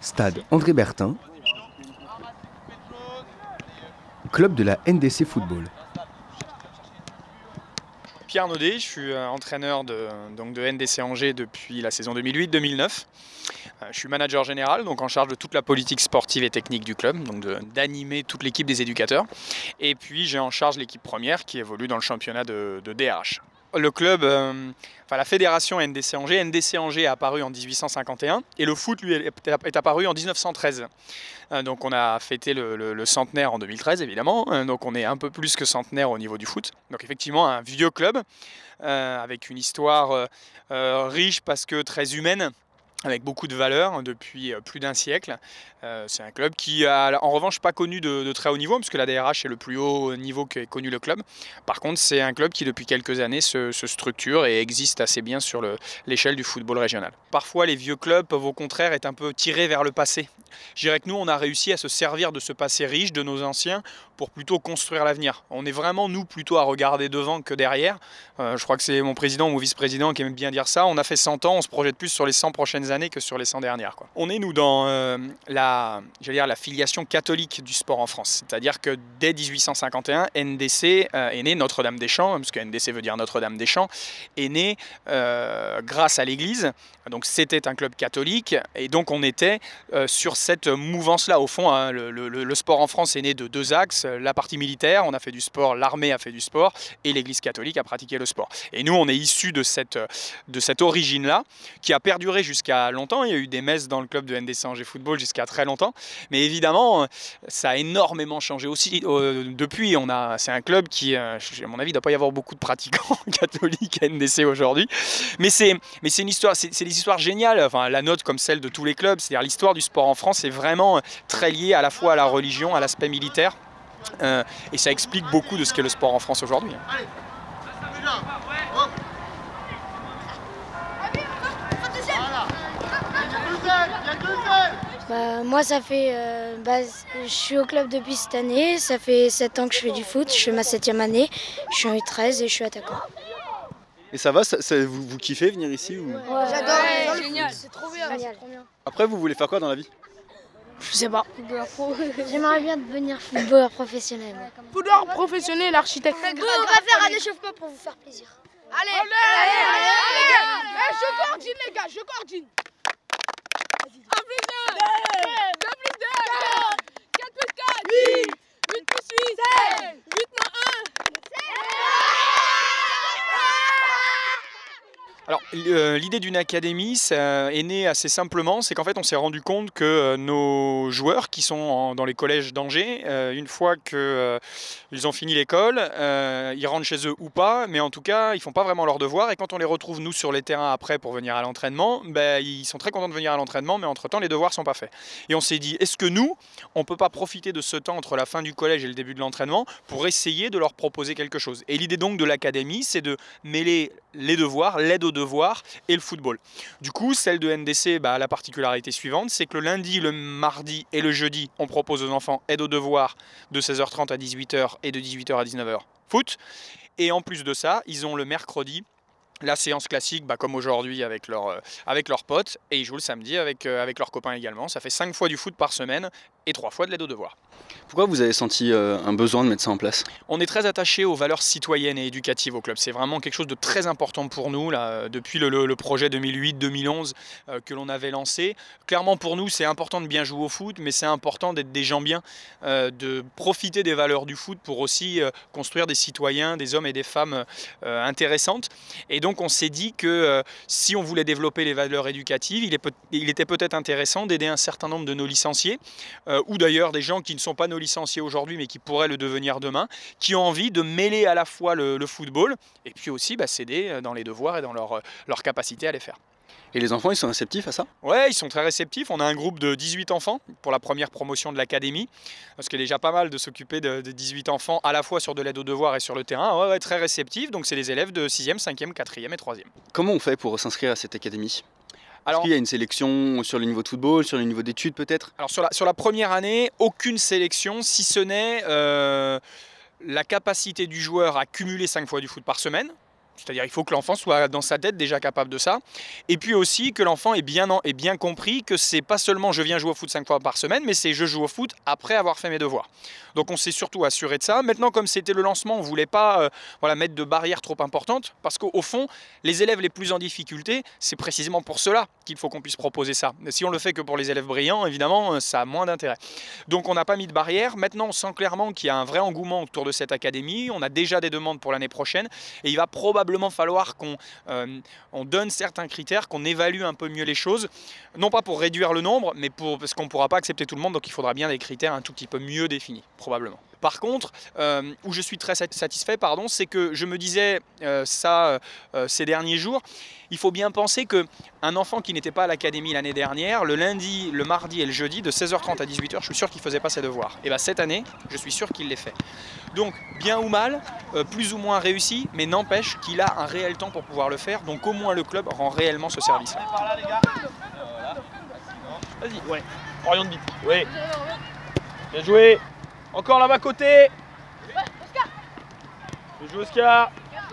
Stade André Bertin, club de la NDC Football. Pierre Naudet, je suis entraîneur de NDC Angers depuis la saison 2008-2009. Je suis manager général, donc en charge de toute la politique sportive et technique du club, donc d'animer toute l'équipe des éducateurs. Et puis j'ai en charge l'équipe première qui évolue dans le championnat de DRH. Le club, la fédération NDC Angers est apparu en 1851 et le foot lui est apparu en 1913. Donc on a fêté le centenaire en 2013 évidemment, donc on est un peu plus que centenaire au niveau du foot. Donc effectivement un vieux club avec une histoire riche parce que très humaine, avec beaucoup de valeurs depuis plus d'un siècle. C'est un club qui a en revanche pas connu de très haut niveau, puisque la DRH est le plus haut niveau qu'ait connu le club. Par contre, c'est un club qui depuis quelques années se structure et existe assez bien sur l'échelle du football régional. Parfois, les vieux clubs peuvent au contraire être un peu tirés vers le passé. Je dirais que nous, on a réussi à se servir de ce passé riche de nos anciens pour plutôt construire l'avenir. On est vraiment, nous, plutôt à regarder devant que derrière. Je crois que c'est mon président ou mon vice-président qui aime bien dire ça. On a fait 100 ans, on se projette plus sur les 100 prochaines années que sur les 100 dernières. On est, nous, dans la filiation catholique du sport en France. C'est-à-dire que dès 1851, NDC est né, Notre-Dame-des-Champs, parce que NDC veut dire Notre-Dame-des-Champs, est né grâce à l'Église. Donc c'était un club catholique et donc on était sur cette mouvance-là. Au fond, hein, le sport en France est né de deux axes. La partie militaire, on a fait du sport, l'armée a fait du sport et l'Église catholique a pratiqué le sport. Et nous, on est issus de cette origine-là qui a perduré jusqu'à longtemps. Il y a eu des messes dans le club de NDC Angers Football jusqu'à très longtemps. Mais évidemment, ça a énormément changé aussi. Depuis, c'est un club qui, à mon avis, il ne doit pas y avoir beaucoup de pratiquants catholiques à NDC aujourd'hui. Mais c'est une histoire, c'est des histoires géniales. Enfin, la nôtre comme celle de tous les clubs, c'est-à-dire l'histoire du sport en France est vraiment très liée à la fois à la religion, à l'aspect militaire. Et ça explique beaucoup de ce qu'est le sport en France aujourd'hui. Moi, ça fait, je suis au club depuis cette année. Ça fait 7 ans que je fais du foot. Je fais ma 7e année. Je suis en U13 et je suis attaquant. Et ça va, vous kiffez venir ici ou... Ouais. J'adore, Ouais, génial. C'est trop bien. Après, vous voulez faire quoi dans la vie? Je sais pas. J'aimerais bien devenir footballeur professionnel. Footballeur professionnel, architecte. On va faire un échauffement pour vous faire plaisir. Allez, je coordine les gars, je coordine. 1 plus 1, 2 plus 2, 4 plus 4, 8 plus 8, 7, 8 moins 1. Alors, l'idée d'une académie est née assez simplement, c'est qu'en fait on s'est rendu compte que nos joueurs qui sont dans les collèges d'Angers, une fois qu'ils ont fini l'école, ils rentrent chez eux ou pas, mais en tout cas ils font pas vraiment leurs devoirs, et quand on les retrouve nous sur les terrains après pour venir à l'entraînement, ils sont très contents de venir à l'entraînement, mais entre temps les devoirs sont pas faits. Et on s'est dit, est-ce que nous, on peut pas profiter de ce temps entre la fin du collège et le début de l'entraînement pour essayer de leur proposer quelque chose? Et l'idée donc de l'académie, c'est de mêler les devoirs, l'aide aux devoirs et le football. Du coup, celle de NDC a la particularité suivante, c'est que le lundi, le mardi et le jeudi, on propose aux enfants aide aux devoirs de 16h30 à 18h et de 18h à 19h foot. Et en plus de ça, ils ont le mercredi la séance classique, comme aujourd'hui avec leurs potes, et ils jouent le samedi avec leurs copains également. Ça fait 5 fois du foot par semaine et 3 fois de l'aide aux devoirs. Pourquoi vous avez senti un besoin de mettre ça en place? On est très attaché aux valeurs citoyennes et éducatives au club. C'est vraiment quelque chose de très important pour nous, là, depuis le projet 2008-2011 que l'on avait lancé. Clairement pour nous, c'est important de bien jouer au foot, mais c'est important d'être des gens bien, de profiter des valeurs du foot pour aussi construire des citoyens, des hommes et des femmes intéressantes. Et donc on s'est dit que si on voulait développer les valeurs éducatives, il était peut-être intéressant d'aider un certain nombre de nos licenciés, ou d'ailleurs des gens qui ne sont pas nos licenciés aujourd'hui mais qui pourraient le devenir demain, qui ont envie de mêler à la fois le football et puis aussi s'aider dans les devoirs et dans leur capacité à les faire. Et les enfants, ils sont réceptifs à ça? Ouais, ils sont très réceptifs. On a un groupe de 18 enfants pour la première promotion de l'académie, parce qu'il est déjà pas mal de s'occuper de 18 enfants à la fois sur de l'aide aux devoirs et sur le terrain. Ouais, très réceptifs. Donc c'est des élèves de 6e, 5e, 4e et 3e. Comment on fait pour s'inscrire à cette académie? Alors, est-ce qu'il y a une sélection sur le niveau de football, sur le niveau d'études peut-être? Alors sur la première année, aucune sélection, si ce n'est la capacité du joueur à cumuler 5 fois du foot par semaine. C'est-à-dire il faut que l'enfant soit dans sa tête déjà capable de ça. Et puis aussi que l'enfant ait bien compris que c'est pas seulement je viens jouer au foot 5 fois par semaine, mais c'est je joue au foot après avoir fait mes devoirs. Donc on s'est surtout assuré de ça. Maintenant, comme c'était le lancement, on ne voulait pas mettre de barrières trop importantes, parce qu'au fond, les élèves les plus en difficulté, c'est précisément pour cela qu'il faut qu'on puisse proposer ça. Si on le fait que pour les élèves brillants, évidemment, ça a moins d'intérêt. Donc on n'a pas mis de barrières. Maintenant, on sent clairement qu'il y a un vrai engouement autour de cette académie. On a déjà des demandes pour l'année prochaine, et il va probablement falloir qu'on donne certains critères, qu'on évalue un peu mieux les choses, non pas pour réduire le nombre, mais parce qu'on ne pourra pas accepter tout le monde, donc il faudra bien des critères un tout petit peu mieux définis, probablement. Par contre, où je suis très satisfait, c'est que je me disais ces derniers jours, il faut bien penser qu'un enfant qui n'était pas à l'académie l'année dernière, le lundi, le mardi et le jeudi, de 16h30 à 18h, je suis sûr qu'il ne faisait pas ses devoirs. Et bien cette année, je suis sûr qu'il les fait. Donc, bien ou mal, plus ou moins réussi, mais n'empêche qu'il a un réel temps pour pouvoir le faire. Donc au moins le club rend réellement ce service. Par là, les gars. Vas-y, ouais. Oriente vite. Oui. Bien joué. Encore là-bas côté. Bien joué Oscar.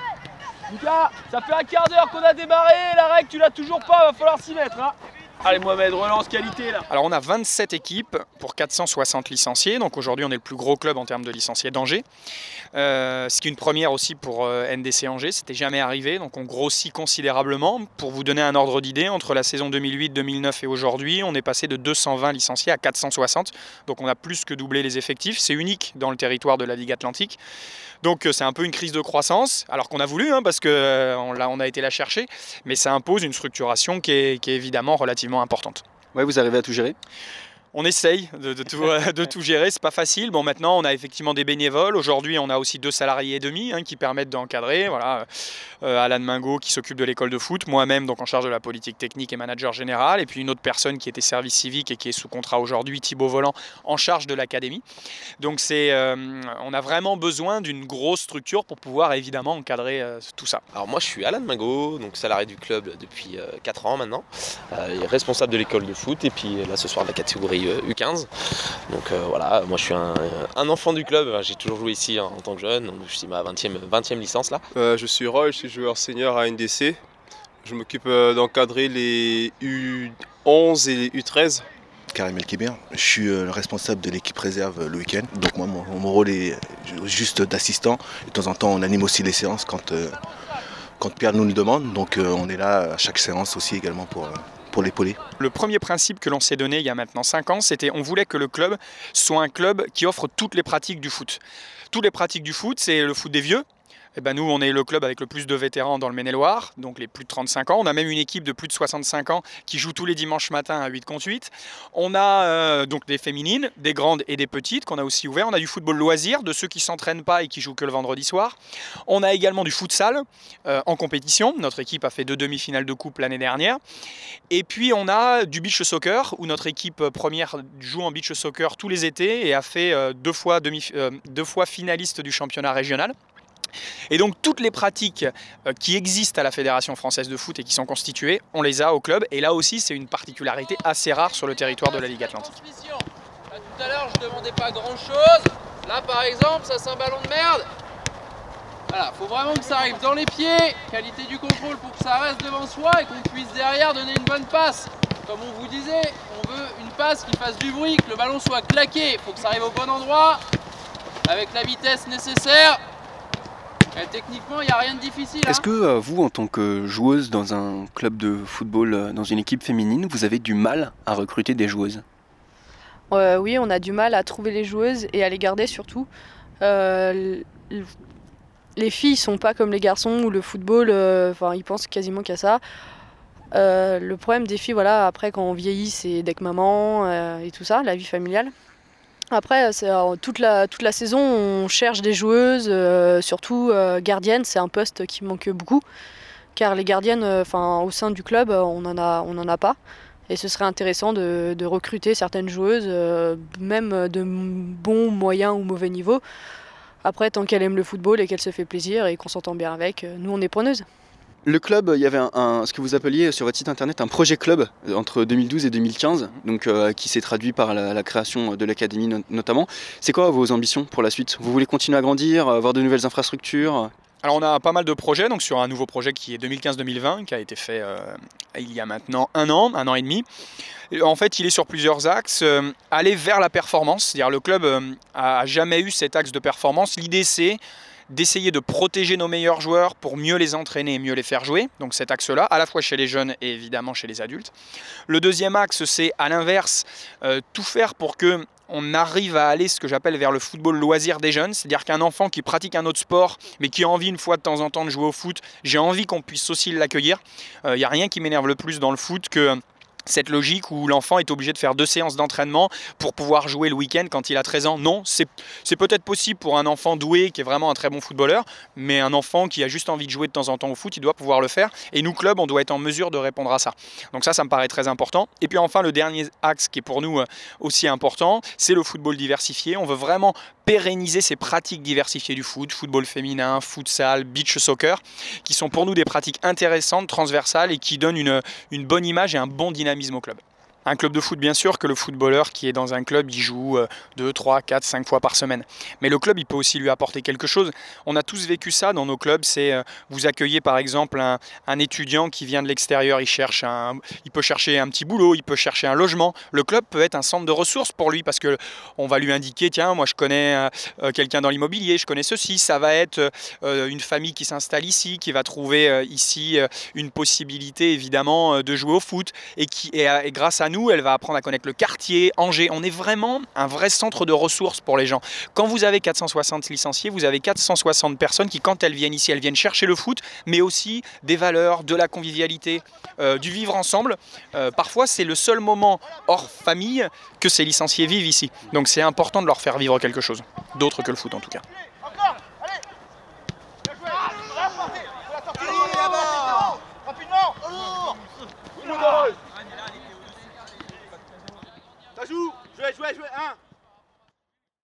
Lucas, ça fait un quart d'heure qu'on a démarré, la règle tu l'as toujours pas, va falloir s'y mettre. Hein. Allez Mohamed, relance qualité là. Alors on a 27 équipes pour 460 licenciés, donc aujourd'hui on est le plus gros club en termes de licenciés d'Angers. Ce qui est une première aussi pour NDC Angers, c'était jamais arrivé, donc on grossit considérablement. Pour vous donner un ordre d'idée, entre la saison 2008-2009 et aujourd'hui, on est passé de 220 licenciés à 460, donc on a plus que doublé les effectifs, c'est unique dans le territoire de la Ligue Atlantique. Donc c'est un peu une crise de croissance, alors qu'on a voulu, parce qu'on a été la chercher, mais ça impose une structuration qui est évidemment relativement importante. Ouais, vous arrivez à tout gérer ? On essaye de tout gérer, c'est pas facile. Bon, maintenant, on a effectivement des bénévoles. Aujourd'hui, on a aussi 2 salariés et demi qui permettent d'encadrer. Voilà. Alan Mingo qui s'occupe de l'école de foot, moi-même donc en charge de la politique technique et manager général, et puis une autre personne qui était service civique et qui est sous contrat aujourd'hui, Thibaut Volant, en charge de l'académie. Donc on a vraiment besoin d'une grosse structure pour pouvoir évidemment encadrer tout ça. Alors moi je suis Alan Mingo, donc salarié du club depuis 4 ans maintenant, responsable de l'école de foot et puis là ce soir de la catégorie U15. Donc voilà, moi je suis un enfant du club, j'ai toujours joué ici en tant que jeune, donc je suis ma 20e licence là. Je suis Roy, je suis joueur senior à NDC. Je m'occupe d'encadrer les U11 et les U13. Karim El-Kébir, je suis le responsable de l'équipe réserve le week-end. Donc moi mon rôle est juste d'assistant. De temps en temps on anime aussi les séances quand Pierre nous le demande. Donc on est là à chaque séance aussi également pour l'épauler. Le premier principe que l'on s'est donné il y a maintenant 5 ans, c'était on voulait que le club soit un club qui offre toutes les pratiques du foot. Toutes les pratiques du foot, c'est le foot des vieux. Et ben nous, on est le club avec le plus de vétérans dans le Maine-et-Loire, donc les plus de 35 ans. On a même une équipe de plus de 65 ans qui joue tous les dimanches matins à 8 contre 8. On a donc des féminines, des grandes et des petites qu'on a aussi ouvert. On a du football loisir, de ceux qui ne s'entraînent pas et qui jouent que le vendredi soir. On a également du futsal en compétition. Notre équipe a fait 2 demi-finales de coupe l'année dernière. Et puis on a du beach soccer, où notre équipe première joue en beach soccer tous les étés et a fait 2 fois finaliste du championnat régional. Et donc toutes les pratiques qui existent à la Fédération française de foot et qui sont constituées, on les a au club. Et là aussi, c'est une particularité assez rare sur le territoire de la Ligue Atlantique. Tout à l'heure, je ne demandais pas grand-chose. Là, par exemple, ça c'est un ballon de merde. Voilà, faut vraiment que ça arrive dans les pieds. Qualité du contrôle pour que ça reste devant soi et qu'on puisse derrière donner une bonne passe. Comme on vous disait, on veut une passe qui fasse du bruit, que le ballon soit claqué. Il faut que ça arrive au bon endroit, avec la vitesse nécessaire. Et techniquement, il n'y a rien de difficile. Est-ce que vous, en tant que joueuse dans un club de football, dans une équipe féminine, vous avez du mal à recruter des joueuses ? Oui, on a du mal à trouver les joueuses et à les garder surtout. Les filles ne sont pas comme les garçons où le football, ils pensent quasiment qu'à ça. Le problème des filles, après quand on vieillit, c'est d'être maman et tout ça, la vie familiale. Après, toute la saison, on cherche des joueuses, surtout gardiennes, c'est un poste qui manque beaucoup, car les gardiennes, au sein du club, on en a pas. Et ce serait intéressant de recruter certaines joueuses, même de bon, moyen ou mauvais niveau. Après, tant qu'elle aime le football et qu'elle se fait plaisir et qu'on s'entend bien avec, nous on est preneuses. Le club, il y avait ce que vous appeliez sur votre site internet un projet club entre 2012 et 2015, donc, qui s'est traduit par la création de l'académie notamment. C'est quoi vos ambitions pour la suite ? Vous voulez continuer à grandir, avoir de nouvelles infrastructures ? Alors on a pas mal de projets, donc sur un nouveau projet qui est 2015-2020, qui a été fait il y a maintenant un an et demi. Et en fait, il est sur plusieurs axes. Aller vers la performance, c'est-à-dire le club a jamais eu cet axe de performance. L'idée c'est d'essayer de protéger nos meilleurs joueurs pour mieux les entraîner et mieux les faire jouer. Donc cet axe-là, à la fois chez les jeunes et évidemment chez les adultes. Le deuxième axe, c'est à l'inverse, tout faire pour que on arrive à aller ce que j'appelle vers le football loisir des jeunes, c'est-à-dire qu'un enfant qui pratique un autre sport, mais qui a envie une fois de temps en temps de jouer au foot, j'ai envie qu'on puisse aussi l'accueillir. Il n'y a rien qui m'énerve le plus dans le foot que cette logique où l'enfant est obligé de faire 2 séances d'entraînement pour pouvoir jouer le week-end quand il a 13 ans. Non, c'est peut-être possible pour un enfant doué qui est vraiment un très bon footballeur, mais un enfant qui a juste envie de jouer de temps en temps au foot, il doit pouvoir le faire. Et nous, club, on doit être en mesure de répondre à ça. Donc ça me paraît très important. Et puis enfin, le dernier axe qui est pour nous aussi important, c'est le football diversifié. On veut vraiment pérenniser ces pratiques diversifiées du foot, football féminin, futsal, beach soccer, qui sont pour nous des pratiques intéressantes, transversales et qui donnent une bonne image et un bon dynamisme au club. Un club de foot, bien sûr, que le footballeur qui est dans un club, il joue 2, 3, 4, 5 fois par semaine. Mais le club, il peut aussi lui apporter quelque chose. On a tous vécu ça dans nos clubs. C'est vous accueillez par exemple un étudiant qui vient de l'extérieur, il peut chercher un petit boulot, il peut chercher un logement. Le club peut être un centre de ressources pour lui parce qu'on va lui indiquer, tiens, moi je connais quelqu'un dans l'immobilier, je connais ceci. Ça va être une famille qui s'installe ici, qui va trouver ici une possibilité évidemment de jouer au foot et grâce à nous, elle va apprendre à connaître le quartier, Angers. On est vraiment un vrai centre de ressources pour les gens. Quand vous avez 460 licenciés, vous avez 460 personnes qui, quand elles viennent ici, elles viennent chercher le foot, mais aussi des valeurs, de la convivialité, du vivre ensemble. Parfois, c'est le seul moment hors famille que ces licenciés vivent ici. Donc c'est important de leur faire vivre quelque chose, d'autre que le foot en tout cas. Ça joue, jouez, 1